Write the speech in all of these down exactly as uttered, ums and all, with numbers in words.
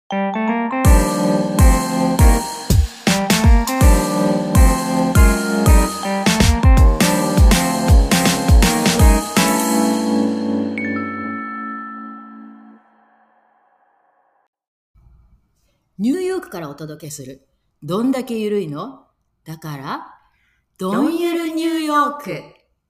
ニューヨークからお届けするどんだけゆるいの？だからどんゆるニューヨーク。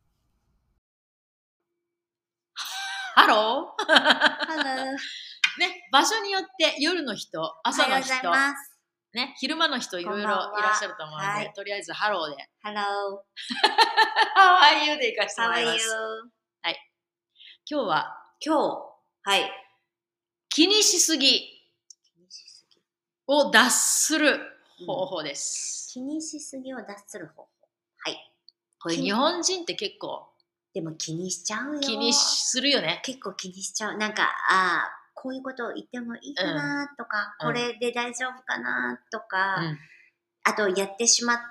ハローハロー。 ね、場所によって夜の人、朝の人、 おはようございます。 ね、昼間の人いろいろいらっしゃると思うので、 はい、 とりあえずハローで。 ハロー。How are you で行かせてー。 もらい How ま are す。 you? はい。今日は今日、はい。 気にしすぎ気にしすぎを脱する方法です。 気にしすぎを脱する方法。はい。 これ日本人って結構でも気にしちゃうよ。 気にするよね。 結構気にしちゃう。なんか、ああ、こういうことを言ってもいいかなとか、うん、これで大丈夫かなとか、うん、あとやってしまって、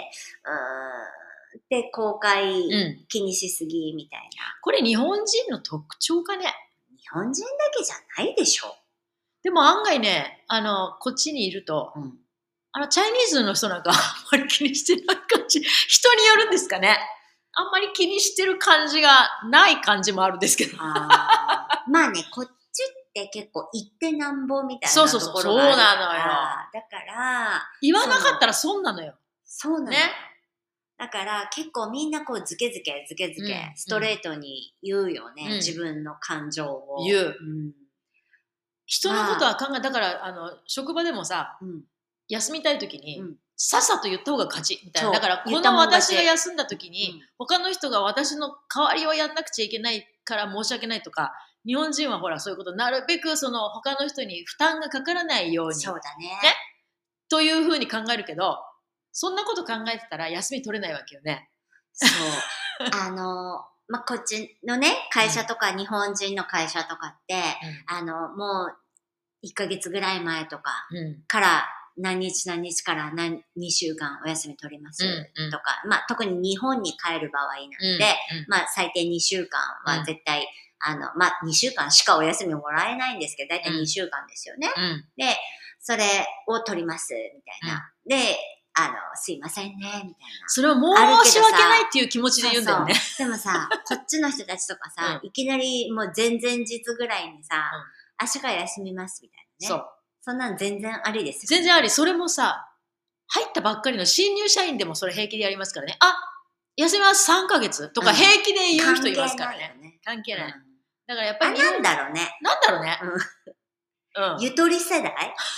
うーん、で後悔、うん、気にしすぎみたいな。 これ日本人の特徴かね。 日本人だけじゃないでしょ。 でも案外ね、あのこっちにいると、うん、あのチャイニーズの人なんかあんまり気にしてない感じ。人によるんですかね。あんまり気にしてる感じがない感じもあるんですけど。 あまあね、こっちって結構言ってなんぼみたいなところがあるから。そうそうそう、そうなのよ。だから言わなかったら損なのよ。 そうなのよ。ね。だから結構みんなこうズケズケズケズケ、うん、ストレートに言うよね、うん、自分の感情を言う、うん、人のことは考え、だからあの職場でもさ、うん、休みたい時に、うん、さっさと言った方が勝ちみたいな。だからこの私が休んだ時に、うん、他の人が私の代わりをやんなくちゃいけないから申し訳ないとか、日本人はほらそういうことなるべくその他の人に負担がかからないように、 そうだね、ねというふうに考えるけど、そんなこと考えてたら休み取れないわけよね。 そうあのまあ、こっちのね会社とか、うん、日本人の会社とかって、うん、あのもういっかげつぐらい前とかから、うん何日何日から何にしゅうかんお休み取りますとか、うんうん、まあ特に日本に帰る場合なんで、うんうん、まあ最低にしゅうかんは絶対、うん、あの、まあにしゅうかんしかお休みもらえないんですけど、だいたいにしゅうかんですよね。うん、で、それを取ります、みたいな。うん、で、あの、すいませんね、みたいな。 それは申し訳ないっていう気持ちで言うんだよね。 そうそうでもさ、こっちの人たちとかさ、うん、いきなりもう前々日ぐらいにさ、うん、明日から休みます、みたいなね。そう。そんなん全然ありですよ、 ね。全然あり。それもさ、入ったばっかりの新入社員でもそれ平気でやりますからね。あ、休みますさんかげつとか平気で言う人いますからね。うん、関係ないよね。関係ない。うん、だからやっぱり。 あ、なんだろうね。 なんだろうね。 うん。ゆとり世代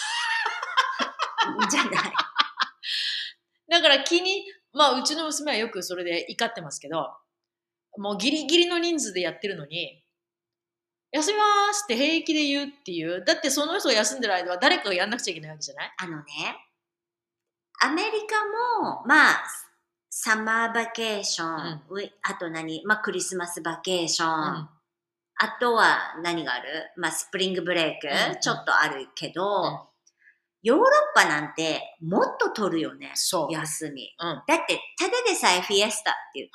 じゃない。 だから気に、まあうちの娘はよくそれで怒ってますけど、もうギリギリの人数でやってるのに、休みますって平気で言うっていう。だってその人が休んでる間は誰かがやんなくちゃいけないわけじゃない？ あのね、アメリカも、まあ、サマーバケーション、うん、あと何、まあクリスマスバケーション、うん、あとは何がある？まあスプリングブレイク、うんうん、ちょっとあるけど、うん、ヨーロッパなんてもっと取るよね、休み、うん。だって、ただでさえフィエスタって言って、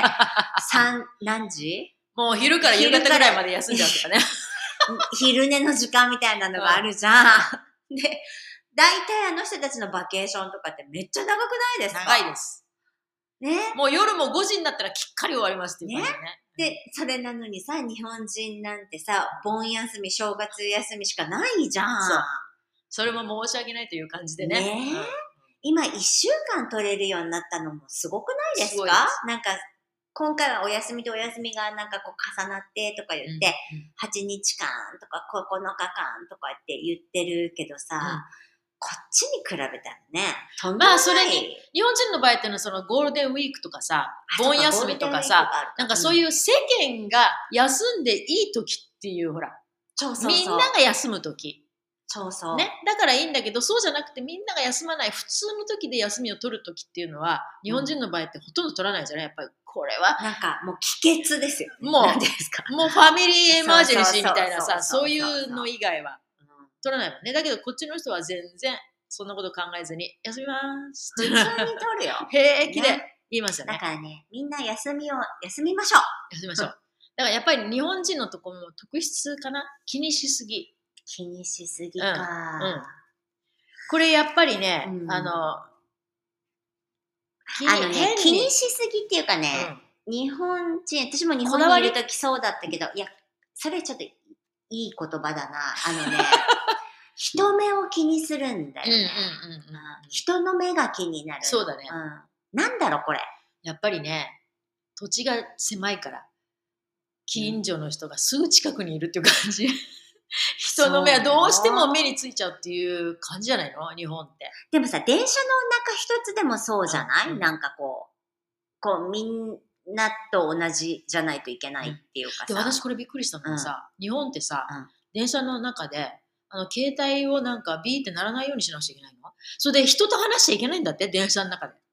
三何時もう昼から夕方ぐらいまで休んじゃうとかね。 昼寝の時間みたいなのがあるじゃん。うん、で、大体あの人たちのバケーションとかってめっちゃ長くないですか？ 長いです。ね。もう夜もごじになったらきっかり終わりますっていう感じね。 ね。で、それなのにさ、日本人なんてさ、盆休み、正月休みしかないじゃん。 そう。それも申し訳ないという感じでね。 ねえ、うん、今いっしゅうかん取れるようになったのもすごくないですか？すごいです。なんか、今回はお休みとお休みがなんかこう重なってとか言って、うんうん、はちにちかんとかここのかかんとかって言ってるけどさ、うん、こっちに比べたらね、とんでもない。 まあそれに、日本人の場合っていうのはそのゴールデンウィークとかさ、盆休みとかさ、なんかそういう世間が休んでいい時っていう、ほら、 そうそうそう、 みんなが休む時。 そうそう。 ね。だからいいんだけど、そうじゃなくてみんなが休まない普通の時で休みを取る時っていうのは、日本人の場合ってほとんど取らないじゃない？やっぱりこれは。 なんかもう帰結ですよ、ね。 もう、ですかもうファミリーエマージェンシーみたいなさ、そういうの以外は、うん、取らないもんね。だけどこっちの人は全然そんなこと考えずに、休みます普通に取るよ。 平気で言いますよね。 だからね、みんな休みを、休みましょう。 休みましょう。だからやっぱり日本人のところの特質かな、気にしすぎ。 気にしすぎか、うんうん、 これやっぱりね、うん、あの気 に, あの、ね、気にしすぎっていうかね、うん、日本人、私も日本にいるときそうだったけど、いや、それちょっといい言葉だな。あのね、人目を気にするんだよね。人の目が気になる。 そうだね、 うん。なんだろこれ。 やっぱりね、土地が狭いから、近所の人がすぐ近くにいるっていう感じ。人の目はどうしても目についちゃうっていう感じじゃないの日本って。 でもさ、電車の中一つでもそうじゃない、うんうん、なんかこう、こうみんなと同じじゃないといけないっていうかさ。 で、私これびっくりしたのがさ、うん、日本ってさ、うん、電車の中で、あの、携帯をなんかビーってならないようにしなくちゃいけないの？それで人と話しちゃいけないんだって、電車の中で。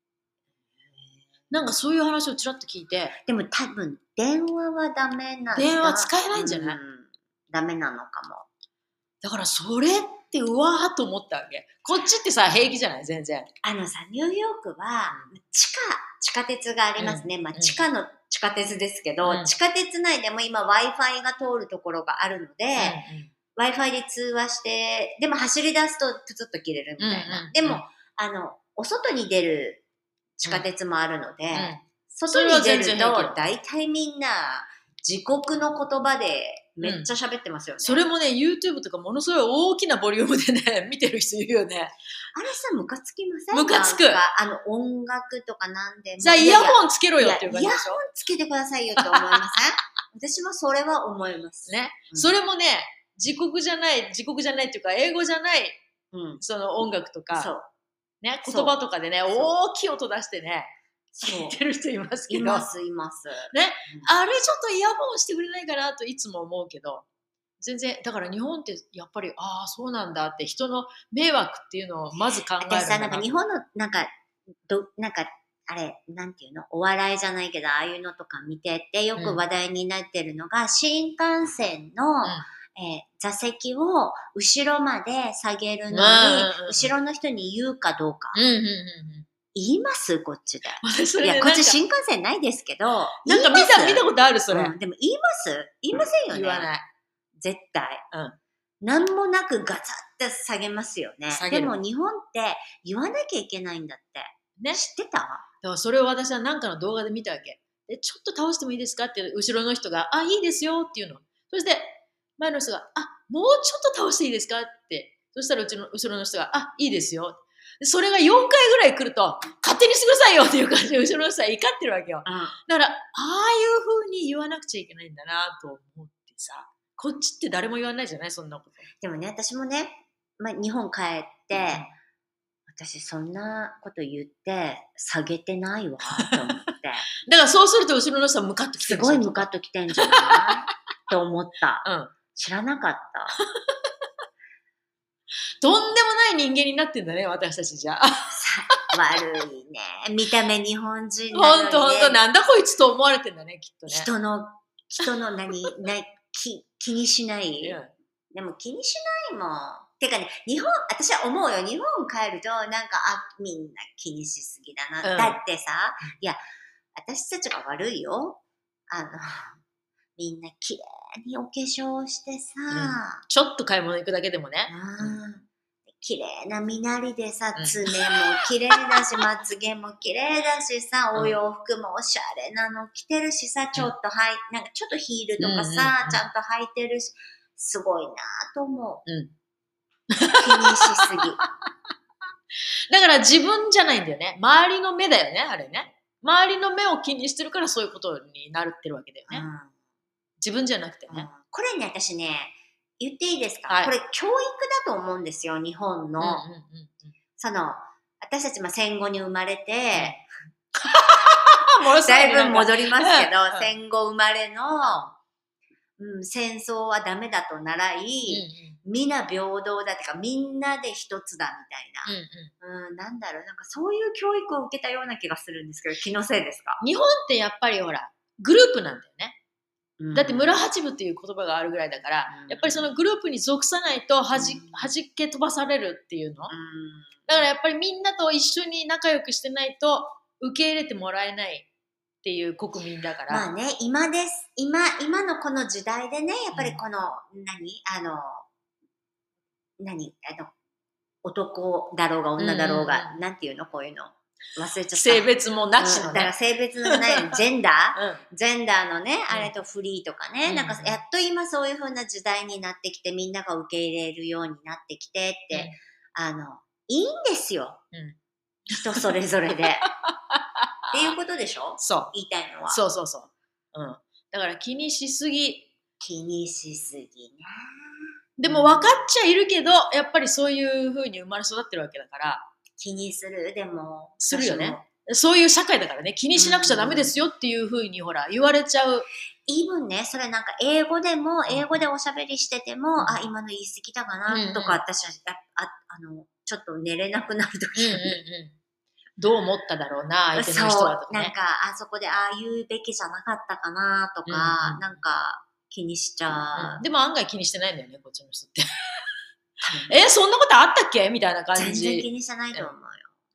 なんかそういう話をちらっと聞いて。 でも多分、電話はダメなんだ。 電話使えないんじゃない？うん、 ダメなのかも。 だからそれってうわーっと思ったわけ。こっちってさ、平気じゃない全然。 あのさ、ニューヨークは地下、地下鉄がありますね。うん、まあ地下の地下鉄ですけど、うん、地下鉄内でも今 Wi-Fi が通るところがあるので、うんうん、Wi-Fi で通話して、でも走り出すとプツッと切れるみたいな。うんうん、でも、あの、お外に出る地下鉄もあるので、うんうん、外に出ると大体みんな自国の言葉でめっちゃ喋ってますよね、うん。 それもね、YouTube とかものすごい大きなボリュームでね、見てる人いるよね。 あれさ、ムカつきません？ ムカつく。 あの、音楽とかなんでも。 じゃあイヤホンつけろよっていう感じでしょ？ イヤホンつけてくださいよって思いません？私もそれは思います。 ね。うん、それもね、自国じゃない、自国じゃないっていうか、英語じゃない、うん、その音楽とか、そうね、言葉とかでね、大きい音出してね、聞いてる人いますけど。 います、います。 ね、うん、あれちょっとイヤホンしてくれないかなといつも思うけど、全然、だから日本ってやっぱり、ああ、そうなんだって人の迷惑っていうのをまず考えるんだな。 私さ、なんか日本の、なんか、ど、なんか、あれ、なんていうの？お笑いじゃないけど、ああいうのとか見てて、よく話題になってるのが、うん、新幹線の、うんえー、座席を後ろまで下げるのに、後ろの人に言うかどうか。うんうんうんうん、言いますこっちで。それでいや、こっち新幹線ないですけど。 なんか見た、見たことあるそれ、 うん。でも言います言いませんよね。 言わない。 絶対。うん。なんもなくガツッて下げますよね。でも日本って言わなきゃいけないんだって。ね。知ってた？だからそれを私は何かの動画で見たわけ。で、ちょっと倒してもいいですかって後ろの人が、あ、いいですよっていうの。そして、前の人が、あ、もうちょっと倒していいですかって。そしたらうちの後ろの人が、あ、いいですよ。それがよんかいぐらい来ると、勝手にしてくださいよっていう感じで後ろの人は怒ってるわけよ。うん、だから、ああいう風に言わなくちゃいけないんだなと思ってさ、こっちって誰も言わないじゃないそんなこと。 でもね、私もね、まあ、日本帰って、うん、私そんなこと言って下げてないわと思って。 だからそうすると後ろの人はムカッと来てる。 すごいムカッと来てんじゃないと思った。うん知らなかった。 とんでもない人間になってんだね、私たちじゃ。 悪いね。見た目日本人なのに、ね。 ほんとほんと、なんだこいつと思われてんだね、きっとね。 人の、人の何、な気、気にしない。うん、でも気にしないもん。てかね、日本、私は思うよ。日本帰ると、なんか、あ、みんな気にしすぎだな。うん、だってさ、いや、私たちが悪いよ。あの、みんな綺麗にお化粧してさ、うん、 ちょっと買い物行くだけでもね、 うん、綺麗な身なりでさ、爪も綺麗だし、まつげも綺麗だしさ、お洋服もおしゃれなの着てるしさ、ちょっとはいなんかちょっとヒールとかさ、うんうんうん、ちゃんと履いてるし、すごいなと思う、うん、気にしすぎだから自分じゃないんだよね、周りの目だよね、あれね。周りの目を気にしてるからそういうことになるってるわけだよね、うん、自分じゃなくてね、うん、 これね、私ね、言っていいですか、はい、これ教育だと思うんですよ、日本の、うんうんうんうん、その私たちも戦後に生まれて、うん、だいぶ戻りますけど、うん、戦後生まれの、うん、戦争はダメだと習い、うんうん、みんな平等だってか、みんなで一つだみたいな、うんうんうん、なんだろう、なんかそういう教育を受けたような気がするんですけど、気のせいですか？ 日本ってやっぱりほらグループなんだよね。だって村八部っていう言葉があるぐらいだから、うん、やっぱりそのグループに属さないとはじ、うん、はじけ飛ばされるっていうの、うん、だからやっぱりみんなと一緒に仲良くしてないと受け入れてもらえないっていう国民だから。 まあね、今です今今のこの時代でね、やっぱりこの、うん、何あの何あの、男だろうが女だろうが、うん、なんていうのこういうの。忘れちゃった。 性別もなしのね。 うん、だから性別のないジェンダー、うん、ジェンダーのね、あれとフリーとかね、うん、なんかやっと今そういう風な時代になってきて、みんなが受け入れるようになってきてって、うん、あの、いいんですよ。うん、人それぞれで。っていうことでしょ？ そう。 言いたいのは。 そうそうそう。うん。だから気にしすぎ。 気にしすぎね。 でも分かっちゃいるけど、やっぱりそういう風に生まれ育ってるわけだから。 気にするでも。 するよね。そういう社会だからね。気にしなくちゃダメですよっていう風にほら、言われちゃう。 イーブンね、それなんか英語でも、英語でおしゃべりしてても、うん、あ、今の言い過ぎたかな、うんうん、とか、私は、あ、あの、ちょっと寝れなくなるとき、うんうんうん、 どう思っただろうな、相手の人はとか、ね。 なんか、あそこでああ言うべきじゃなかったかなとか、うんうん、なんか気にしちゃう、 うん。でも案外気にしてないんだよね、こっちの人って。え、そんなことあったっけみたいな感じ。 全然気にしてないと思うよ。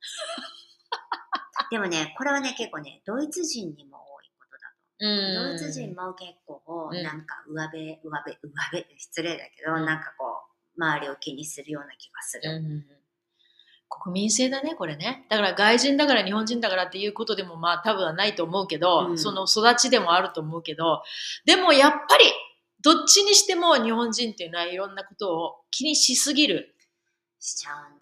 でもね、これはね、結構ね、ドイツ人にも多いことだと思う。ドイツ人も結構、なんか上辺、上辺、上辺、失礼だけど、うん、なんかこう、周りを気にするような気がする。うんうん、 国民性だね、これね。だから外人だから日本人だからっていうことでもまあ多分はないと思うけど、うん、その育ちでもあると思うけど、でもやっぱり、どっちにしても日本人っていうのはいろんなことを気にしすぎる。 しちゃうんだ。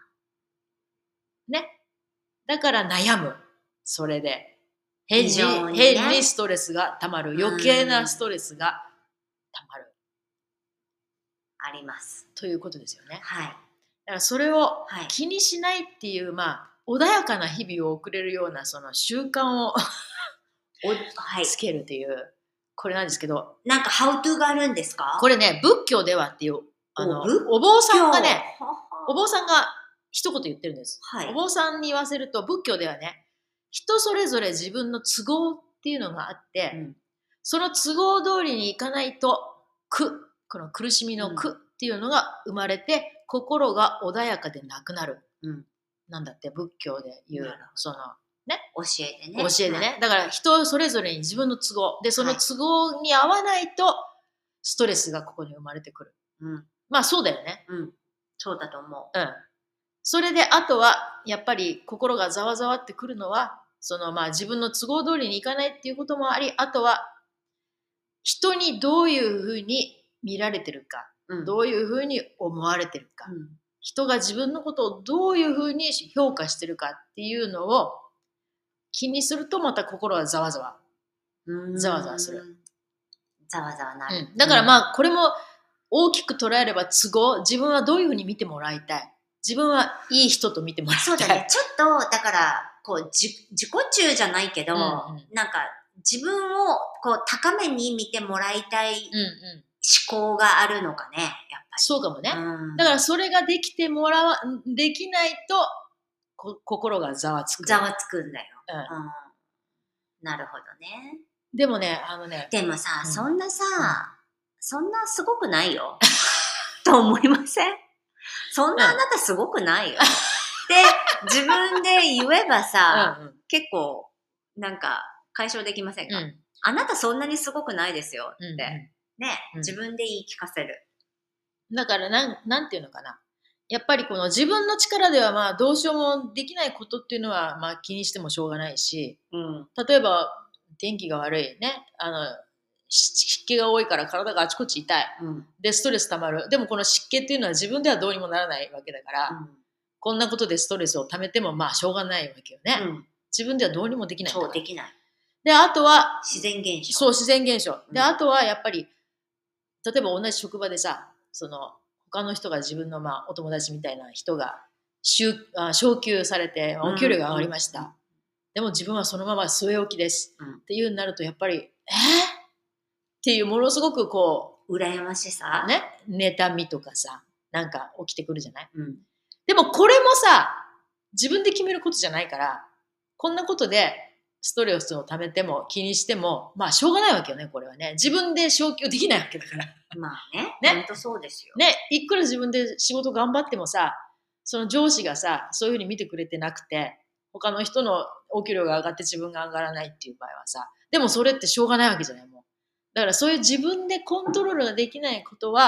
ね。だから悩む。それで。変に、ね、変にストレスがたまる。余計なストレスがたまる。 あります。 ということですよね。 はい。 だからそれを気にしないっていう、まあ、穏やかな日々を送れるようなその習慣をはい、つけるっていう、これなんですけど。 なんか、ハウトゥーがあるんですか？ これね、仏教ではっていう、あの、お坊さんがね、お坊さんが一言言ってるんです。はい、お坊さんに言わせると、仏教ではね、人それぞれ自分の都合っていうのがあって、うん、その都合通りにいかないと苦、この苦しみの苦っていうのが生まれて、うん、心が穏やかでなくなる、うん、なんだって仏教で言うそのね教えでね教えでね、はい、だから人それぞれに自分の都合で、その都合に合わないとストレスがここに生まれてくる、うん、まあそうだよね、 うん、そうだと思う、 うん、それであとはやっぱり心がざわざわってくるのはそのまあ自分の都合通りにいかないっていうこともあり、あとは人にどういうふうに見られてるか、うん、どういうふうに思われてるか、うん、人が自分のことをどういうふうに評価してるかっていうのを気にするとまた心がざわざわざわざわする、 ざわざわなる、 うん、だからまあこれも大きく捉えれば都合、自分はどういうふうに見てもらいたい、自分はいい人と見てもらいたい、 そうだね、ちょっとだからこう自己中じゃないけど、うんうん、なんか自分をこう高めに見てもらいたい思考があるのかね、やっぱり。 そうかもね。うん、だからそれができてもらわ、できないとこ心がざわつく。 ざわつくんだよ。うんうん、なるほどね。 でもね、あのね。 でもさ、うん、そんなさ、うん、そんなすごくないよ。と思いません？そんなあなたすごくないよ。で、自分で言えばさ、うんうん、結構なんか解消できませんか？うん、あなたそんなにすごくないですよって、うんうん、ね、うん、自分で言い聞かせる。 だからなん、なんていうのかな。やっぱりこの自分の力ではまあどうしようもできないことっていうのはまあ気にしてもしょうがないし、うん、例えば天気が悪いね、あの湿気が多いから体があちこち痛い、うん、でストレス溜まる。でもこの湿気っていうのは自分ではどうにもならないわけだから、うん、こんなことでストレスを溜めてもまあしょうがないわけよね、うん、自分ではどうにもできないんだから。 そうできない。 であとは自然現象。 そう自然現象で、あとはやっぱり例えば同じ職場でさ、その他の人が自分のまあお友達みたいな人が昇給されてお給料が上がりました、うんうん、でも自分はそのまま据え置きです、うん、っていうになるとやっぱりえー、っていうものすごくこう羨ましさね、妬みとかさなんか起きてくるじゃない、うん、でもこれもさ自分で決めることじゃないから、こんなことでストレスを溜めても気にしてもまあしょうがないわけよね。これはね自分で昇給できないわけだからまあね、ね、本当そうですよね。いくら自分で仕事頑張ってもさ、その上司がさそういうふうに見てくれてなくて他の人のお給料が上がって自分が上がらないっていう場合はさ、でもそれってしょうがないわけじゃないもん。だからそういう自分でコントロールができないことは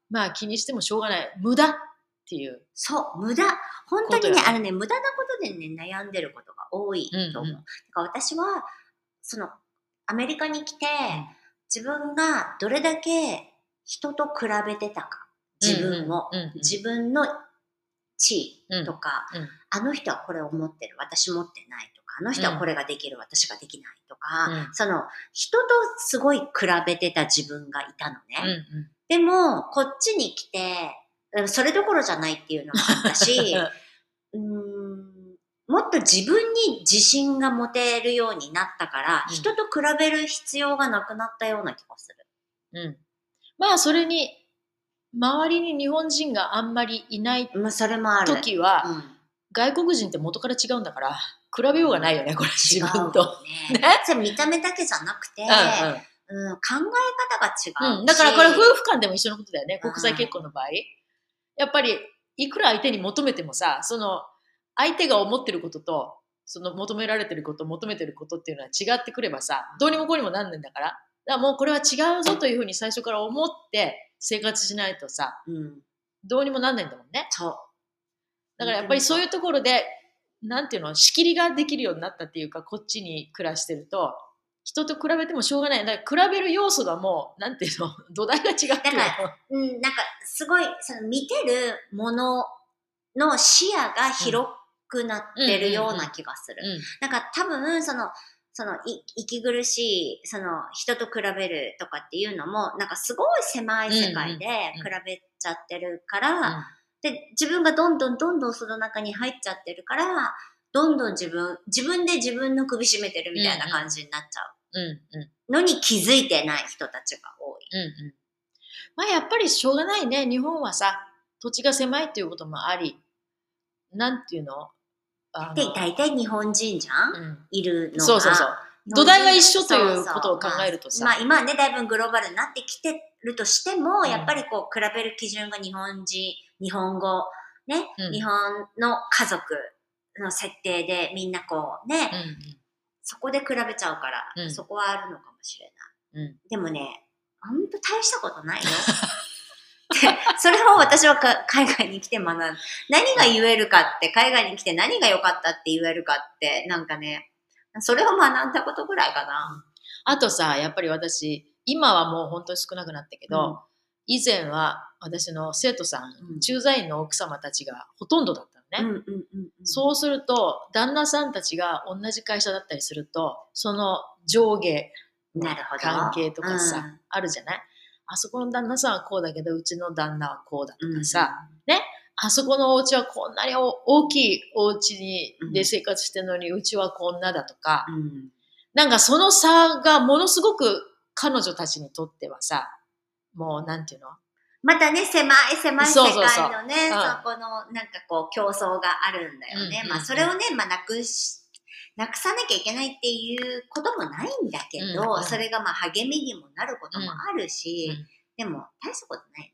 まあ気にしてもしょうがない。無駄っていう。 そう、無駄。本当にね、あのね、無駄なことでね、悩んでることが多いと思う。うんうん、だから私は、その、アメリカに来て、うん、自分がどれだけ人と比べてたか、自分を、うんうんうんうん、自分の地位とか、うんうん、あの人はこれを持ってる、私持ってないとか、あの人はこれができる、うん、私ができないとか、うん、その、人とすごい比べてた自分がいたのね。うんうん、でも、こっちに来て、それどころじゃないっていうのもあったし、うーん、もっと自分に自信が持てるようになったから、うん、人と比べる必要がなくなったような気がする。 うん。まあ、それに、周りに日本人があんまりいない時は、まあ、それもある。時は、うん、外国人って元から違うんだから、比べようがないよね、これ、自分と。 ね。ね、それ見た目だけじゃなくて、うんうんうん、考え方が違うし、 うん。だからこれ夫婦間でも一緒のことだよね、国際結婚の場合。うん、やっぱり、いくら相手に求めてもさ、その、相手が思ってることと、その求められてること、求めてることっていうのは違ってくればさ、どうにもこうにもなんないんだから。だからもうこれは違うぞというふうに最初から思って生活しないとさ、うん、どうにもなんないんだもんね。そう。だからやっぱりそういうところで、なんていうの、仕切りができるようになったっていうか、こっちに暮らしてると、人と比べてもしょうがない。だから比べる要素がもう、なんていうの、土台が違うっていうの。だから、うん、なんかすごい、その見てるものの視野が広くなってるような気がする。なんか多分、その、その、い、息苦しい、その、人と比べるとかっていうのも、なんかすごい狭い世界で比べちゃってるから、うんうんうん、で、自分がどんどんどんどんその中に入っちゃってるから、どんどん自分、自分で自分の首絞めてるみたいな感じになっちゃう。うんうん、のに気づいてない人たちが多い。 うんうん、まあやっぱりしょうがないね。日本はさ、土地が狭いっていうこともあり、なんていうの？ あので、大体日本人じゃん、うん、いるのが。 そうそうそう。土台が一緒ということを考えるとさ。 まあ、まあ、今はね、だいぶグローバルになってきてるとしても、うん、やっぱりこう、比べる基準が日本人、日本語、ね、うん、日本の家族の設定でみんなこうね、うんうん、そこで比べちゃうから、うん、そこはあるのかもしれない。うん、でもね、ほんと大したことないよ。それを私はか海外に来て学ん、何が言えるかって、海外に来て何が良かったって言えるかって、なんかね、それを学んだことぐらいかな。 あとさ、やっぱり私、今はもう本当に少なくなったけど、うん、以前は私の生徒さん、うん、駐在員の奥様たちがほとんどだったのね。うんうんうんうん、そうすると、旦那さんたちが同じ会社だったりすると、その上下の関係とかさ、うん、あるじゃない？あそこの旦那さんはこうだけど、うちの旦那はこうだとかさ、うん、ね、あそこのお家はこんなに大きいお家にで生活してるのに、うちはこんなだとか、うん、なんかその差がものすごく彼女たちにとってはさ、もうなんていうの？ またね、狭い狭い世界のね、そうそうそう、うん、そこのなんかこう競争があるんだよね。うんうんうん、まあそれをね、まあなくし、なくさなきゃいけないっていうこともないんだけど、うんうん、それがまあ励みにもなることもあるし、うんうん、でも大したことない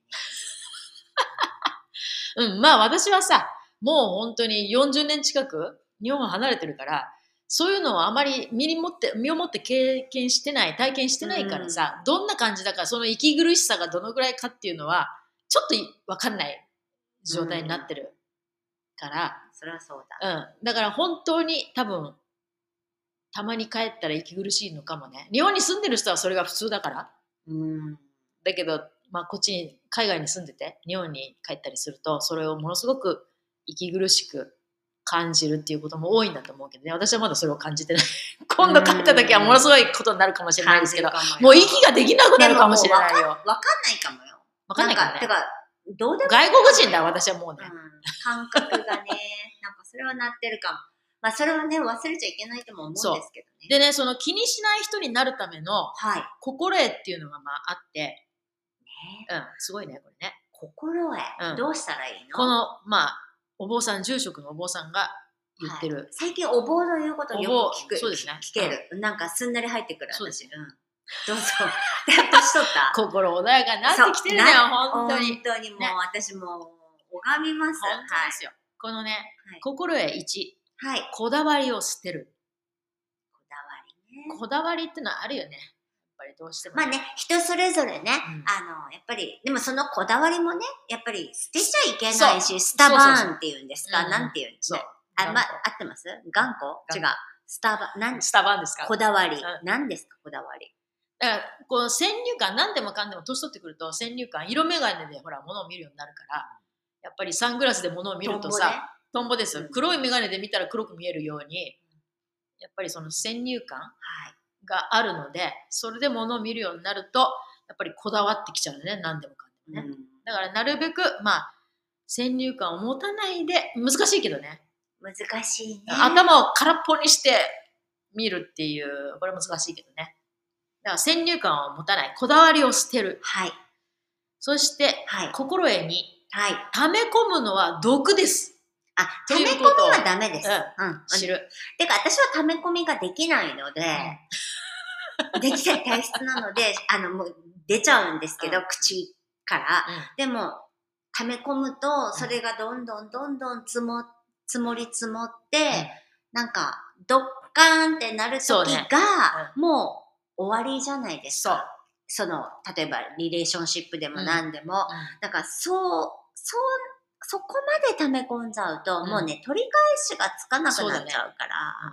よね。うん、まあ私はさ、もう本当によんじゅうねん近く日本を離れてるから、そういうのをあまり身に持って、身をもって経験してない、体験してないからさ、うん、どんな感じだから、その息苦しさがどのぐらいかっていうのは、ちょっとわかんない状態になってるから。 うん、それはそうだ。うん。だから本当に多分、たまに帰ったら息苦しいのかもね。日本に住んでる人はそれが普通だから。うん。だけど、まあこっちに、海外に住んでて、日本に帰ったりすると、それをものすごく息苦しく感じるっていうことも多いんだと思うけどね。私はまだそれを感じてない。今度帰った時はものすごいことになるかもしれないですけど、もう息ができなくなるかもしれないよ。 わかんないかもよ。 わかんないかもね。 てか、どうでも外国人だ、私はもうね。うん、 感覚がね、なんかそれはなってるかも。まあそれはね、忘れちゃいけないとも思うんですけどね。 でね、その気にしない人になるための、心得っていうのがまああって、ね、うん、すごいね、これね。 心得、うん、どうしたらいいの？ この、まあ、お坊さん、住職のお坊さんが言ってる。はい、 最近お坊の言うことをよく聞く。 そうですね。 聞ける。うん、なんかすんなり入ってくる。そうですね。うん、どうぞ。年取った心穏やかになってきてるね、本当に。 本当にもう、ね、私も拝みます。 本当ですよ。はい、このね、はい、心得いち。 はい。 こだわりを捨てる。 こだわりね。 こだわりってのはあるよね。やっぱりどうしても、 まあね、人それぞれね、うん、あの、やっぱり、でもそのこだわりもね、やっぱり捨てちゃいけないし、スタバーンって言うんですか、なんて言うんですか、あ、ま、合ってます？頑固？違う。スタバ、なんスタバーンですか？こだわり。何、うん、ですか、こだわり。 だから、この先入観、何でもかんでも年取ってくると、先入観、色眼鏡でほら、物を見るようになるから、やっぱりサングラスで物を見るとさ、トンボです。黒い眼鏡で見たら黒く見えるように、やっぱりその先入観があるので、それで物を見るようになると、やっぱりこだわってきちゃうね、何でもかんでもね。うん、だからなるべく、まあ、先入観を持たないで、難しいけどね。 難しいね。 頭を空っぽにして見るっていう、これ難しいけどね。だから先入観を持たない、こだわりを捨てる。 はい。 そして、はい、心得に、 はい、 溜め込むのは毒です。 あ、溜め込みはダメです。 うん、うん、知る。 てか、私は溜め込みができないので、うん、できない体質なので、あの、もう出ちゃうんですけど、うん、口から。うん、でも、溜め込むと、それがどんどんどんどん積も、積もり積もって、うん、なんか、ドッカーンってなる時が、ね、うん、もう終わりじゃないですか。そう。その、例えば、リレーションシップでも何でも。うんうん、だから、そう、そう、そこまで溜め込んじゃうと、うん、もうね、取り返しがつかなくなっちゃうから。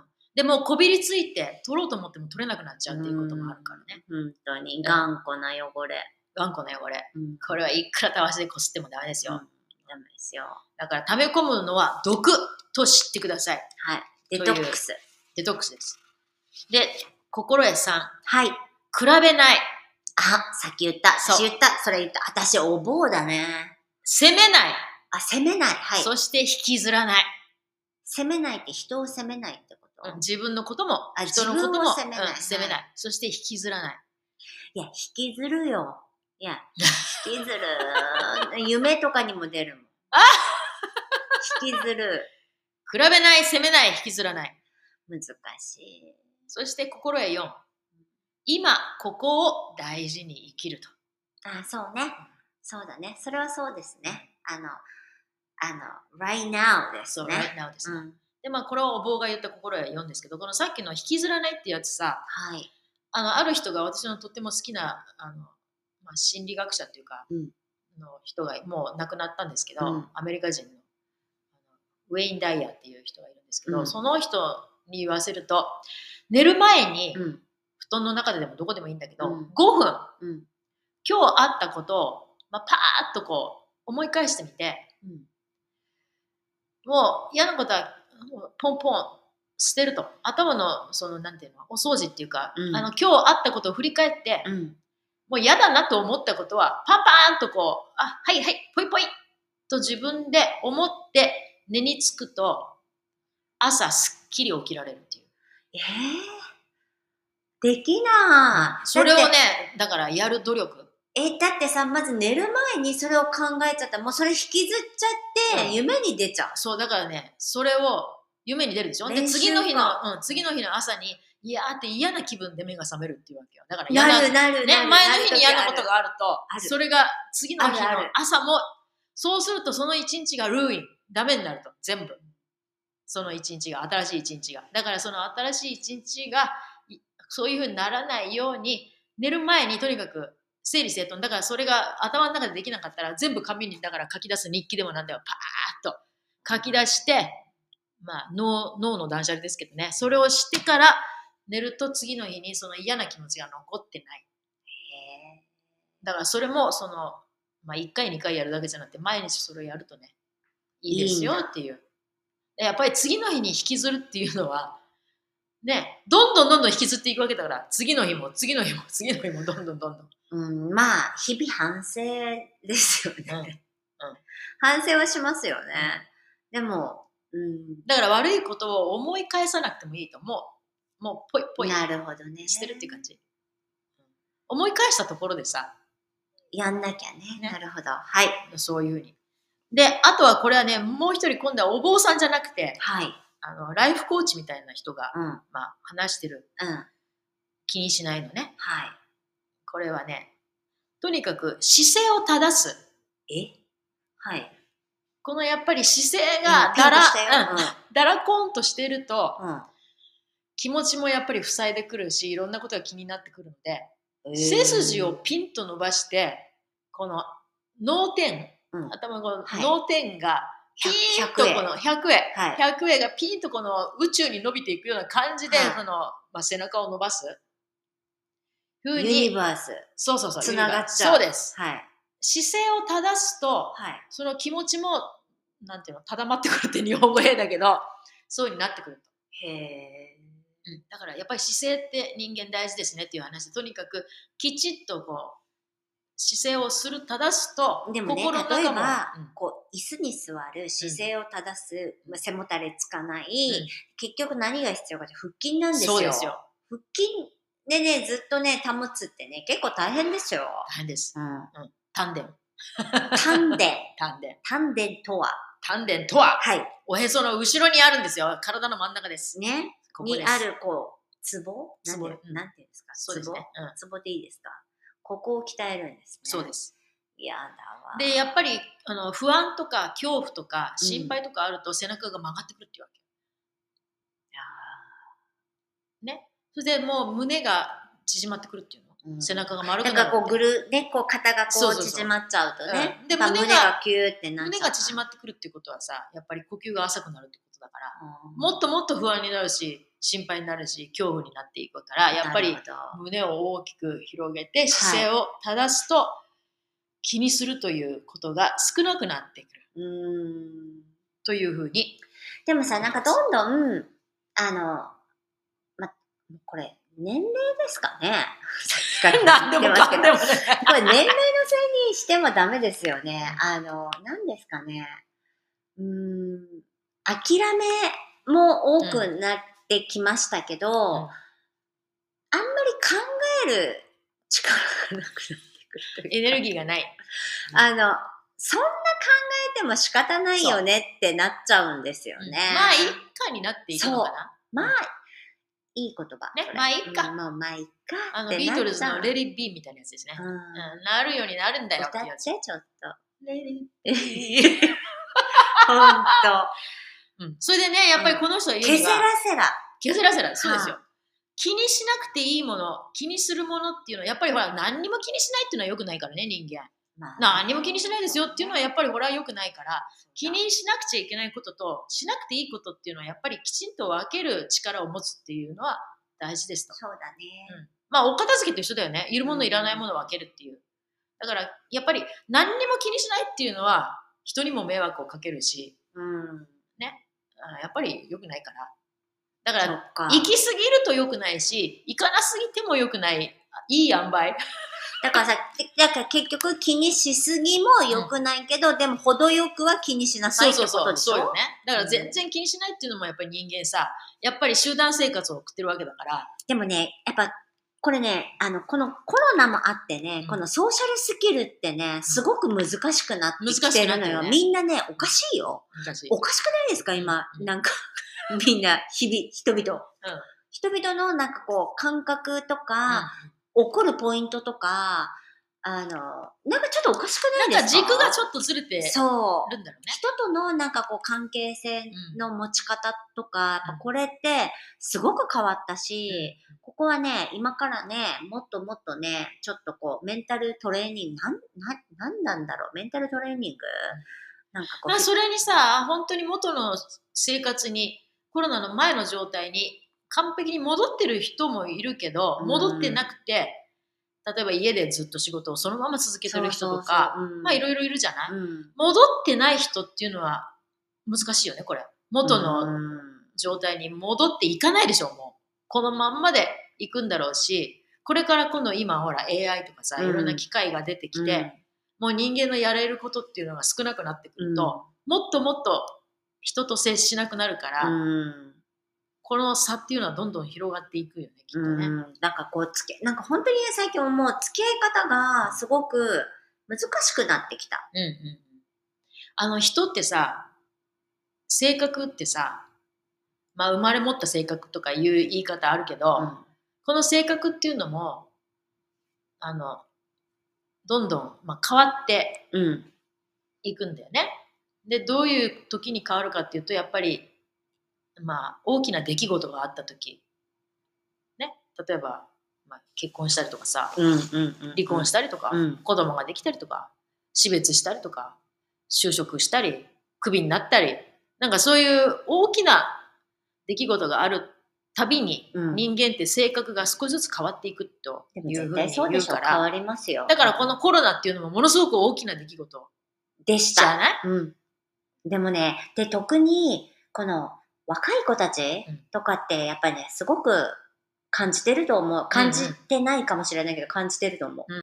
ね、うん、でも、こびりついて、取ろうと思っても取れなくなっちゃうっていうこともあるからね。 うん、本当に、頑固な汚れ。 頑固な汚れ。うん、これはいくらたわしでこすってもダメですよ。うん、 ダメですよ。 だから、溜め込むのは毒と知ってください。 はい。デトックス。 デトックスです。で、心得さん。 はい。 比べない。 あ、さっき言った。そう。言った。それ言った。私、お坊だね。 責めない。 あ、責めない。はい。 そして引きずらない。 責めないって人を責めないってこと？ うん、自分のことも、 あ、 人のことも責めない、うん。 責めない。そして引きずらない。 いや、引きずるよ。いや、引きずる。夢とかにも出るもん。 あ引きずる。 比べない、責めない、引きずらない。 難しい。 そして心得よん。今、ここを大事に生きると。 あ、そうね。そうだね。それはそうですね。あの、あの、right now ですね。 そう、right now です、ね。うん、で、まあ、これはお坊が言った心得よんですけど、このさっきの引きずらないってやつさ、 はい。 あの、ある人が私のとっても好きな、あの、まあ、心理学者っていうか、うん、の人がもう亡くなったんですけど、うん、アメリカ人のウェイン・ダイヤーっていう人がいるんですけど、うん、その人に言わせると、寝る前に、うん、布団の中ででもどこでもいいんだけど、うん、ごふん、うん、今日あったことを、まあ、パーッとこう思い返してみて、うん、もう嫌なことはもうポンポン捨てると。頭のそのなんていうのお掃除っていうか、うん、あの今日あったことを振り返って、うん、もう嫌だなと思ったことはパンパーンとこう、あ、はいはい、ポイポイと自分で思って寝につくと、朝すっきり起きられるっていう。 えー、できない。 それをね、だからやる努力。 え、だってさ、まず寝る前にそれを考えちゃったら、もうそれ引きずっちゃって、夢に出ちゃう、うん。 そう、だからね、それを夢に出るでしょ。で、次の日の、うん、次の日の朝に、いやーって嫌な気分で目が覚めるっていうわけよ。だから嫌な、 なるなるね、前の日に嫌なことがあると、それが次の日の朝も、そうするとその一日がルーイン、ダメになると、全部。その一日が、新しい一日が。だからその新しい一日が、そういうふうにならないように、寝る前にとにかく整理整頓。だからそれが頭の中でできなかったら、全部紙にだから書き出す日記でもなんだよ、パーッと書き出して、まあ脳、脳の断捨離ですけどね、それをしてから寝ると次の日にその嫌な気持ちが残ってない。へー。だからそれもその、まあいっかいにかいやるだけじゃなくて、毎日それをやるとね、いいですよっていう。やっぱり次の日に引きずるっていうのは、ね、どんどんどんどん引きずっていくわけだから、次の日も次の日も次の日もどんどんどんどん。 うん、まあ、日々反省ですよね。うんうん、反省はしますよね。うん、でも、うん、 だから悪いことを思い返さなくてもいいと思う。もうポイポイなるほどね。 してるっていう感じ。思い返したところでさ、 やんなきゃ ね, ね。なるほど。はい。 そういうふうに。で、あとはこれはね、もう一人今度はお坊さんじゃなくて、 はい。 あのライフコーチみたいな人が、 うん、 まあ、話してる、 うん、 気にしないのね、 はい、 これはね、とにかく姿勢を正す。 え、はい。 このやっぱり姿勢がだら、うん、だらこんとしていると、うん、気持ちもやっぱり塞いでくるし、いろんなことが気になってくるので、 背筋をピンと伸ばして、この脳天、うん、頭のこの脳天がピーンとこのひゃくえ、はい、ひゃくえがピーンとこの宇宙に伸びていくような感じで、はい、そのまあ、背中を伸ばす。 ふうにユニバース。 そうそうそう。 つながっちゃう。そうです。 はい。 姿勢を正すと、はい、その気持ちも、なんていうの、ただまってくるって日本語変だけど、そういう風になってくると。 へー。 うん、だからやっぱり姿勢って人間大事ですねっていう話で、とにかくきちっとこう姿勢をする正すと、 でもね、心の中も例えば、うん、こう椅子に座る姿勢を正す、うん、背もたれつかない、うん、結局何が必要かって腹筋なんですよ。 そうですよ。 腹筋でね、ずっとね保つってね結構大変ですよ。 大変です。 うんうん、丹田。 丹田。 丹田。 丹田とは。 丹田とは。 はい。 おへその後ろにあるんですよ。体の真ん中です。 ね。ここにあるこうツボ。なんていうんですか。 そうですね。 ツボでいいですか。ここを鍛えるんですね。 そうです。 いやだわ。 で、やっぱりあの不安とか恐怖とか心配とかあると、背中が曲がってくるっていうわけ。いやね。それでもう胸が縮まってくるっていうの。うん、背中が丸くなる。 なんかこうぐるね、こう肩がこう縮まっちゃうとね。で胸がキューってなっちゃう。 胸が縮まってくるっていうことはさ、やっぱり呼吸が浅くなるってことだから、うん、もっともっと不安になるし、心配になるし、恐怖になっていくから、やっぱり胸を大きく広げて姿勢を正すと、はい、気にするということが少なくなってくる。 うーんというふうに。 でもさ、なんかどんどん、あの、ま、これ、年齢ですかね。 何でもかんでもね。 これ年齢のせいにしてもダメですよね。あの、何ですかね。うーん、諦めも多くなってきましたけど、うん、あんまり考える力がなくなってくる。 エネルギーがない。 あの、そんな考えても仕方ないよねってなっちゃうんですよね。うん、 まあ、一家になっていくのかな。 まあ、いい言葉。 ね、まあいいか。 うん、もうまあいいか。 あの、ビートルズのレディビーみたいなやつですね。うんうん、なるようになるんだよってやつ。 歌って、ちょっと。レディビー。ほんと。 うん。それでね、やっぱりこの人は言うには、 ケセラセラ。 ケセラセラ、そうですよ。はあ、気にしなくていいもの、気にするものっていうのは、やっぱりほら、何にも気にしないっていうのは良くないからね、人間。まあ、何にも気にしないですよっていうのは、やっぱりほら、良くないから、気にしなくちゃいけないことと、しなくていいことっていうのは、やっぱりきちんと分ける力を持つっていうのは大事ですと。 そうだね。 うん。まあ、お片付けと一緒だよね。いるもの、いらないものを分けるっていう。だから、やっぱり何にも気にしないっていうのは、人にも迷惑をかけるし、 うん、 ね。やっぱり良くないから。だから、行き過ぎると良くないし、行かなすぎても良くない、いい塩梅。 だからさ、だから結局気にしすぎも良くないけど、うん、でも程よくは気にしなさいってことでしょ。そうそうそう、そうよね。だから全然気にしないっていうのもやっぱり人間さ、やっぱり集団生活を送ってるわけだから。 でもね、やっぱ、これね、あの、このコロナもあってね、うん、このソーシャルスキルってね、すごく難しくなってきてるのよ。ね、みんなね、おかしいよ。おかしくないですか今、うん、なんか、みんな、日々、人々。うん、人々のなんかこう、感覚とか、うん、怒るポイントとか、あの、なんかちょっとおかしくないですか？ なんか軸がちょっとずれてるんだろうね。 人とのなんかこう関係性の持ち方とか、うん、やっぱこれってすごく変わったし、うん、ここはね、今からね、もっともっとね、ちょっとこう、メンタルトレーニング、なん、な、なんなんだろう、メンタルトレーニング、 なんかこう。まあ、それにさ、本当に元の生活に、コロナの前の状態に完璧に戻ってる人もいるけど、戻ってなくて、うん、例えば家でずっと仕事をそのまま続けてる人とか、まあいろいろいるじゃない、うん、戻ってない人っていうのは難しいよね、これ。元の状態に戻っていかないでしょ、もう。このまんまでいくんだろうし、これから今度今ほら エーアイ とかさ、いろんな機械が出てきて、うん、もう人間のやれることっていうのが少なくなってくると、うん、もっともっと人と接しなくなるから、うんこの差っていうのはどんどん広がっていくよね、きっとね。 うん、なんかこうつけ、なんか本当にね、最近もう付き合い方がすごく難しくなってきた。 うんうん。あの人ってさ、性格ってさ、まあ生まれ持った性格とかいう言い方あるけど、うん、この性格っていうのも、あの、どんどん、まあ、変わっていくんだよね。で、どういう時に変わるかっていうと、やっぱり、まあ、大きな出来事があったとき、ね、例えば、 まあ、結婚したりとかさ、 うんうんうんうん、 離婚したりとか、 うん、 子供ができたりとか、死別したりとか、就職したり、クビになったり、なんかそういう大きな出来事があるたびに、うん、人間って性格が少しずつ変わっていくというふうに言うから、 変わりますよ。 だからこのコロナっていうのもものすごく大きな出来事でした。 じゃない？ うん。でもね、で特にこの若い子たちとかってやっぱりね、すごく感じてると思う。感じてないかもしれないけど、うんうん、感じてると思う。うん、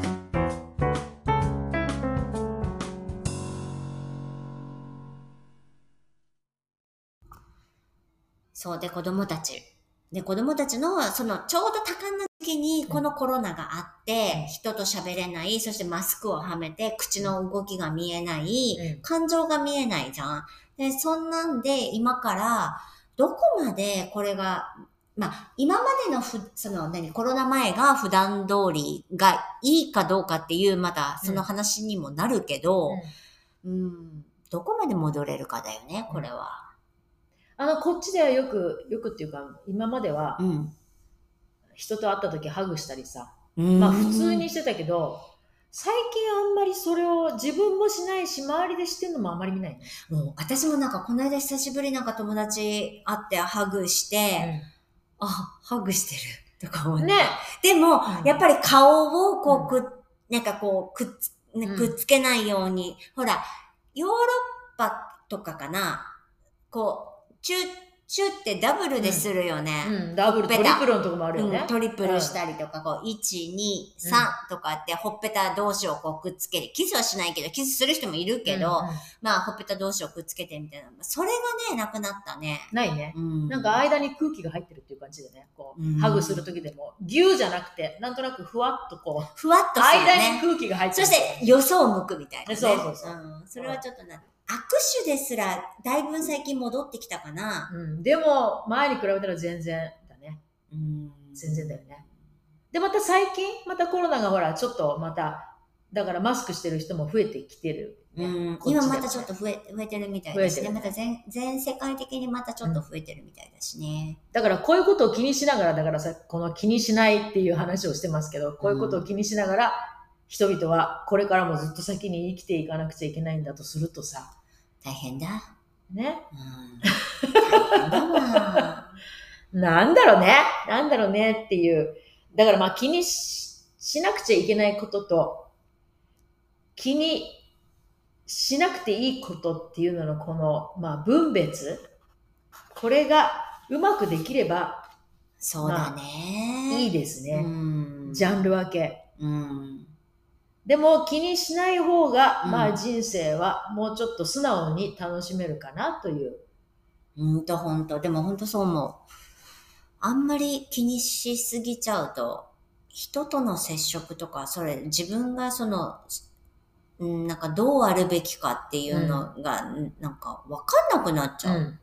そうで、子供たち。で、子供たちの、その、ちょうど多感な時期に、このコロナがあって、うん、人と喋れない、そしてマスクをはめて、口の動きが見えない、うん、感情が見えないじゃん。で、そんなんで、今から、どこまでこれが、まあ、今までのふ、その、何、コロナ前が普段通りがいいかどうかっていう、また、その話にもなるけど、うん、うん、どこまで戻れるかだよね、これは。 あの、こっちではよく、よくっていうか、今までは、うん、人と会った時ハグしたりさ、まあ普通にしてたけど、最近あんまりそれを自分もしないし、周りでしてんのもあんまり見ないね。 もう私もなんかこの間久しぶりなんか友達会ってハグして、うん、あ、ハグしてるとか思って。ね。でも、うん、やっぱり顔をこうく、うん、なんかこうくっつ、ね、くっつけないように、うん、ほら、ヨーロッパとかかな、こう、チュッ、チュってダブルでするよね。 うんうん、ダブル、トリプルのとこもあるよね。 うん、トリプルしたりとか、こう、いち、に、さんとかって、ほっぺた同士をこうくっつける。キスはしないけど、キスする人もいるけど、うんうん、まあ、ほっぺた同士をくっつけてみたいな。それがね、なくなったね。 ないね。うん、なんか間に空気が入ってるっていう感じでね、こう、うん、ハグするときでも、ギューじゃなくて、なんとなくふわっとこう、 ふわっとする、ね。 間に空気が入ってる。 そして、よそを向くみたいな、ね。 そうそうそう。 うん、それはちょっとな、握手ですら、だいぶ最近戻ってきたかな。 うん、でも、前に比べたら全然だね。うん、全然だよね。で、また最近、またコロナがほら、ちょっとまた、だからマスクしてる人も増えてきてる、 ね。うん、今またちょっと増え、増えてるみたいですね。また全、全世界的にまたちょっと増えてるみたいだしね。 うん、だからこういうことを気にしながら、だからさ、この気にしないっていう話をしてますけど、こういうことを気にしながら、人々はこれからもずっと先に生きていかなくちゃいけないんだとするとさ、 大変だ。 ね。 うん、大変だわ。 なんだろうね。なんだろうねっていう。だからまあ気に し, しなくちゃいけないことと、気にしなくていいことっていうののこの、まあ、分別。これがうまくできれば、 そうだね、 まあ、いいですね。うん、ジャンル分け。うんでも気にしない方が、うん、まあ人生はもうちょっと素直に楽しめるかなという。 ほんとほんと。でもほんとそう思う。あんまり気にしすぎちゃうと、人との接触とか、それ自分がその、なんかどうあるべきかっていうのが、うん、なんかわかんなくなっちゃう。うん、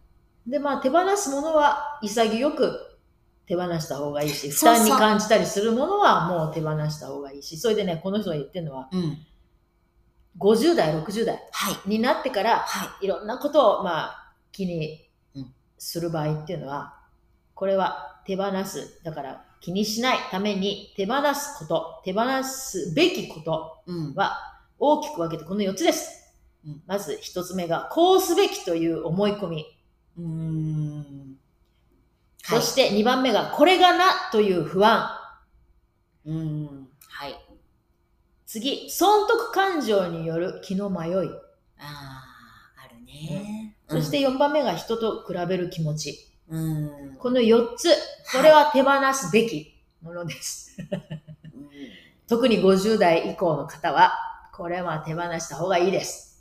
で、まあ手放すものは潔く手放した方がいいし、負担に感じたりするものはもう手放した方がいいし、それでね、この人が言ってるのは、うん、ごじゅう代、ろくじゅう代になってから、はい、いろんなことを、まあ、気にする場合っていうのは、これは手放す。だから気にしないために手放すこと、手放すべきことは大きく分けてこのよっつです。うん、まずひとつめが、こうすべきという思い込み。うーんそしてにばんめが、これがなという不安。うーんはい。次、損得感情による気の迷い。ああ、あるね、 うん。そしてよんばんめが人と比べる気持ち。うんこのよっつ、これは手放すべきものです。はい、特にごじゅう代以降の方は、これは手放した方がいいです。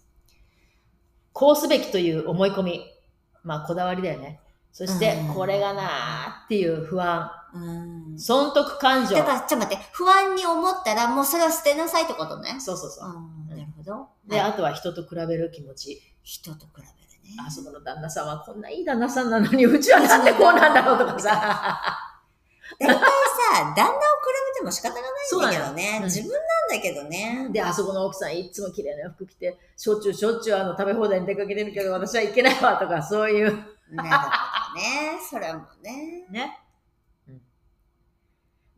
こうすべきという思い込み。まあ、こだわりだよね。そして、これがなーっていう不安。うん損得感情。 だから、ちょっと待って、不安に思ったら、もうそれは捨てなさいってことね。 そうそうそう。 うん、なるほど。 で、はい、あとは人と比べる気持ち。 人と比べるね。 あそこの旦那さんはこんないい旦那さんなのに、うちはなんでこうなんだろうとかさ。 大体さ、旦那を比べても仕方がないんだけどね。うん、自分なんだけどね。 で、あそこの奥さんいつも綺麗な服着て、しょっちゅうしょっちゅうあの食べ放題に出かけてるけど、私はいけないわとか、そういう。 なるほどね。それはもうね。ね。 うん、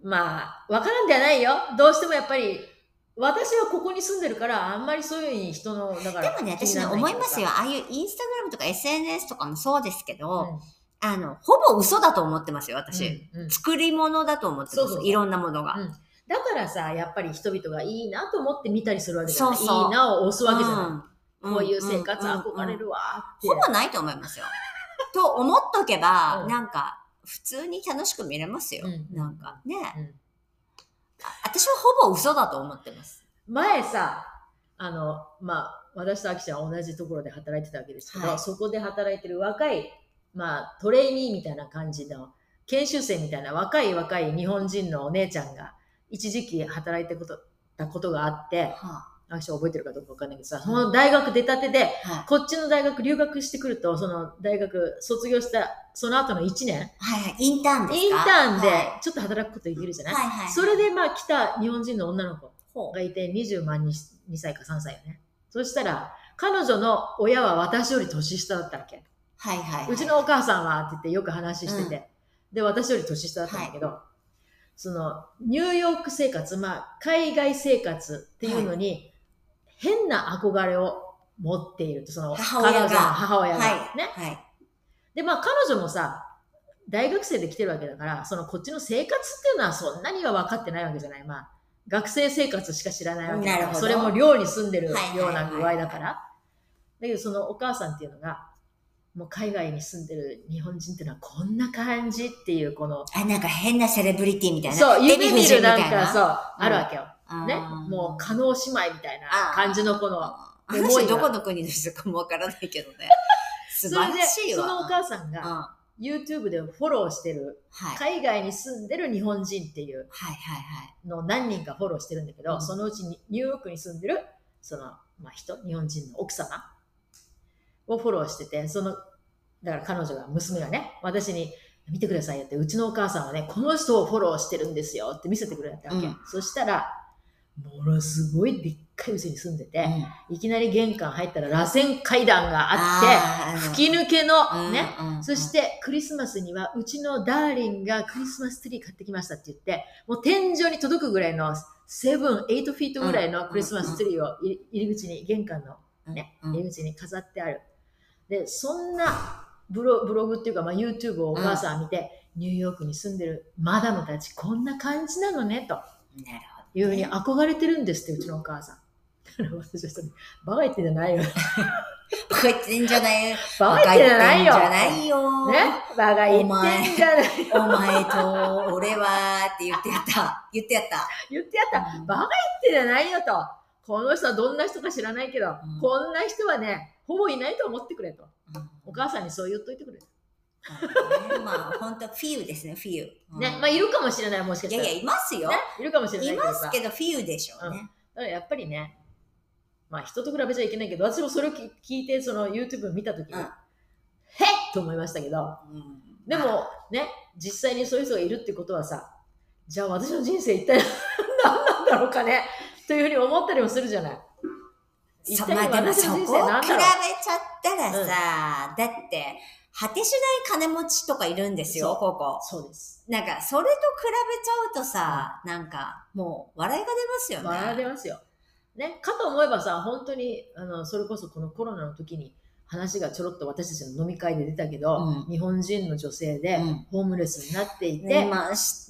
まあ、わからんではないよ。どうしてもやっぱり、私はここに住んでるから、あんまりそういうふうに人の、だから。 でもね、私ね、思いますよ。ああいうインスタグラムとか エスエヌエス とかもそうですけど、うん、あの、ほぼ嘘だと思ってますよ、私。うんうん、作り物だと思ってます。そうそうそう、いろんなものが、うん。 だからさ、やっぱり人々がいいなと思って見たりするわけじゃない。そうそう、いいなを押すわけじゃない。うん、こういう生活憧れるわって、 うんうんうん。ほぼないと思いますよ。と思っとけば、うん、なんか、普通に楽しく見れますよ。うん、なんかね、うん。私はほぼ嘘だと思ってます。 前さ、あの、まあ、私とアキちゃんは同じところで働いてたわけですけど、はい、そこで働いてる若い、まあ、トレーニーみたいな感じの、研修生みたいな若い若い日本人のお姉ちゃんが、一時期働いてたことがあって、はあ、私は覚えてるかどうかわかんないけどさ、その大学出たてで、はい、こっちの大学留学してくると、その大学卒業した、その後のいちねん。 はいはい、インターンですか？ インターンで、ちょっと働くことできるじゃない？はいはいはい、それでまあ来た日本人の女の子がいて、にじゅうまんにさいかさんさいよね。そしたら、彼女の親は私より年下だったわけ。 はいはいはい、 うちのお母さんはって言ってよく話してて、うん、で、私より年下だったんだけど、はい、その、ニューヨーク生活、まあ、海外生活っていうのに、はい、変な憧れを持っていると、その、 母親が。 彼女の母親が。 はい、 ね。 はい。 で、まあ、彼女もさ、大学生で来てるわけだから、その、こっちの生活っていうのはそんなには分かってないわけじゃない。まあ、学生生活しか知らないわけだから、それも寮に住んでるような具合だから。だけど、そのお母さんっていうのが、もう海外に住んでる日本人っていうのはこんな感じっていう、この。 あ、なんか変なセレブリティみたいな。 そう、夢見るなんか、そう、あるわけよ。ね。もう、加納姉妹みたいな感じのこの。 私どこの国の人かもわからないけどね。素晴らしいわ。 そのお母さんが、YouTube でフォローしてる、海外に住んでる日本人っていうのを何人かフォローしてるんだけど、そのうちにニューヨークに住んでる、その、まあ、人、日本人の奥様をフォローしてて、その、だから彼女が、娘がね、私に見てくださいよって、うちのお母さんはね、この人をフォローしてるんですよって見せてくれたわけ。うん、そしたら、ものすごいでっかい家に住んでて、うん、いきなり玄関入ったら螺旋階段があって、吹き抜けのね、うんうん、そしてクリスマスにはうちのダーリンがクリスマスツリー買ってきましたって言って、もう天井に届くぐらいのなな、はちフィートぐらいのクリスマスツリーを入り口に、玄関のね、入り口に飾ってある。で、そんなブロ、ブログっていうか、まあ、YouTube をお母さん見て、うん、ニューヨークに住んでるマダムたちこんな感じなのね、と。なるほど。いうふうに憧れてるんですって、うちのお母さん。私はバカ言ってんじゃないよ。 バカ言ってんじゃないよ。 バカ言ってんじゃないよ。 バカ言ってんじゃないよ。 ね。バカ言ってんじゃないよ。 お前と俺はって言ってやった。言ってやった。 言ってやった。うん、バカ言ってんじゃないよと。この人はどんな人か知らないけど、うん、こんな人はね、ほぼいないと思ってくれと。うん、お母さんにそう言っといてくれ。 ね、まあ、本当フィーユですね、フィーユ。 うん、ね、まあ、いるかもしれない、もしかしたら。 いやいや、いますよ。 ね、いるかもしれないけど。いますけど、フィーユでしょうね。うん、 だからやっぱりね、まあ、人と比べちゃいけないけど、私もそれを聞いて、その YouTube を見たときに、うん、へっと思いましたけど、うん、でも、ね、実際にそういう人がいるってことはさ、じゃあ私の人生一体何なんだろうかね、というふうに思ったりもするじゃない。 一体私の人生何だろう。そこを比べちゃったらさ、うん、だって、果てしない金持ちとかいるんですよ、ここ。 そうです。 なんか、それと比べちゃうとさ、うん、なんか、もう、笑いが出ますよね。 笑い出ますよ。ね。かと思えばさ、本当に、あの、それこそこのコロナの時に話がちょろっと私たちの飲み会で出たけど、うん、日本人の女性で、ホームレスになっていて、 見ました。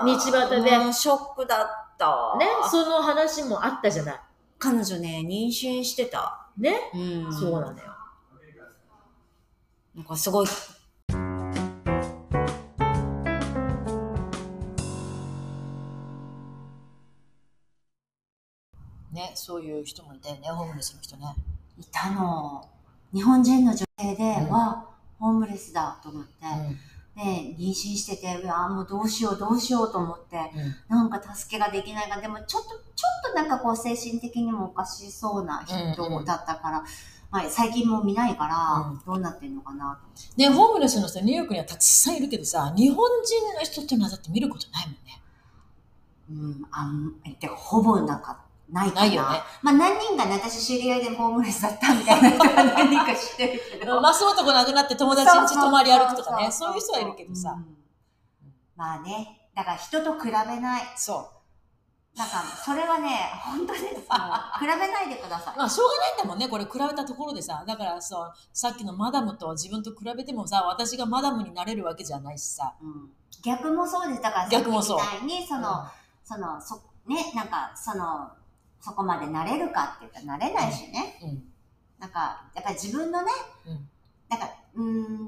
ね。道端で。 もうショックだった。 ね。その話もあったじゃない。 彼女ね、妊娠してた。 ね。うん。そうなのよ。 なんかすごい。 ね、そういう人もいたよね、ホームレスの人ね。 いたの。日本人の女性では、うん、ホームレスだと思って、うん、で、妊娠してて、うわ、もうどうしようどうしようと思って、うん、なんか助けができないが、でもちょっと、ちょっとなんかこう精神的にもおかしそうな人だったから、うんうん、まあ、最近も見ないから、うん、どうなってんのかなと。 ね、ホームレスの人、ニューヨークにはたくさんいるけどさ、日本人の人っていうのはだって見ることないもんね。 うん、あん、で、ほぼなかった。ないかな。 ないよね。 まあ何人かね、私知り合いでホームレスだったみたいな人が何人か知ってるけど。 まあそういうとこなくなって友達ん家泊まり歩くとかね、そういう人はいるけどさ。うん、 まあね、 だから人と比べない。 そう。 だからそれはね、本当です。もう比べないでください。 まあしょうがないんだもんね、これ比べたところでさ。だからそう、さっきのマダムと自分と比べてもさ、私がマダムになれるわけじゃないしさ。 うん、逆もそうです。だからさっきみたいに、その、うん、その、そ、ね、なんか、その、そこまでなれるかって言ったらなれないしね。うんうん、なんか、やっぱり自分のね、うん、なんか、うん、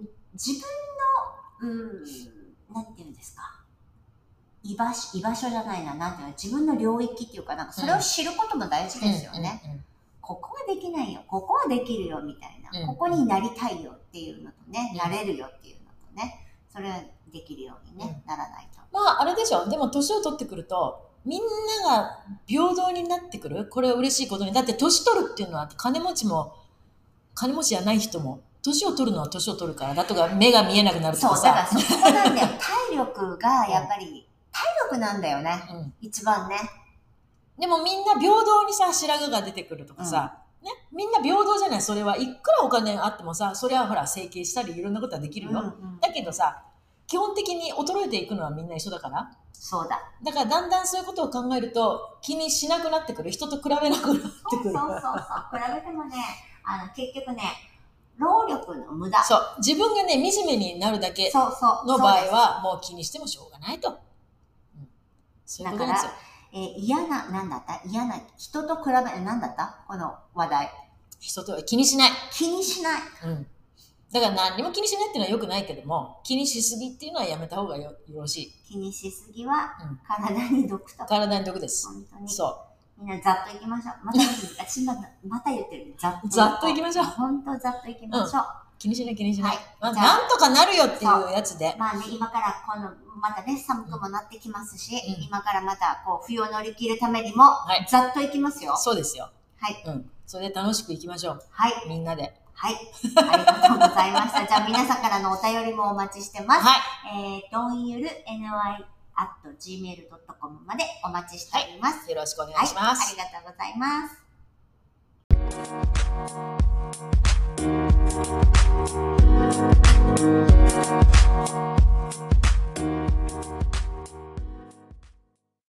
自分の、うん、なんていうんですか。居場所、居場所じゃないな、なんていうの、自分の領域っていうか、なんかそれを知ることも大事ですよね。うんうんうんうん、ここはできないよ、ここはできるよ、みたいな、うん。ここになりたいよっていうのとね、うん、なれるよっていうのとね、それはできるように、ね、うん、ならないと。 まあ、あれでしょ。でも、年を取ってくると、みんなが平等になってくる。これは嬉しいことに。だって、年取るっていうのは、金持ちも、金持ちじゃない人も、年を取るのは年を取るから。だとか、目が見えなくなるとかさ。 そう、だからそこなんだよ。体力が、やっぱり、体力なんだよね。うん、一番ね。 でもみんな平等にさ、白髪が出てくるとかさ、うん、ね、みんな平等じゃない。それはいくらお金あってもさ、それはほら整形したりいろんなことはできるよ。うんうん、だけどさ、基本的に衰えていくのはみんな一緒だから。 そうだ。 だからだんだんそういうことを考えると気にしなくなってくる。人と比べなくなってくる。そうそうそうそう。比べてもね、あの結局ね、労力の無駄。 そう。自分がね、惨めになるだけの場合はもう気にしてもしょうがないと。 そういうことですよ。だから、えー、嫌な、なんだった嫌な、人と比べ、なんだったこの話題。 人とは気にしない。 気にしない。 うん。だから何にも気にしないっていうのは良くないけども、気にしすぎっていうのはやめた方が よ, よろしい。 気にしすぎは、体に毒と、うん。 体に毒です。 本当に。 そう。 みんなざっといきましょう。また、私また、また言ってる。 ざっと。ざっといきましょう。 本当ざっといきましょう。うん、 気にしない気にしない。はい、まあ、なんとかなるよっていうやつで。 まあね、今からこの、またね、寒くもなってきますし、うん、今からまたこう冬を乗り切るためにも、はい、ざっといきますよ。 そうですよ。 はい。 うん。それで楽しくいきましょう。 はい。 みんなで。 はい。ありがとうございました。じゃあ皆さんからのお便りもお待ちしてます。はい。えー、どんゆる エヌワイ アット ジーメール ドット コム までお待ちしております、 はい。よろしくお願いします。 はい。ありがとうございます。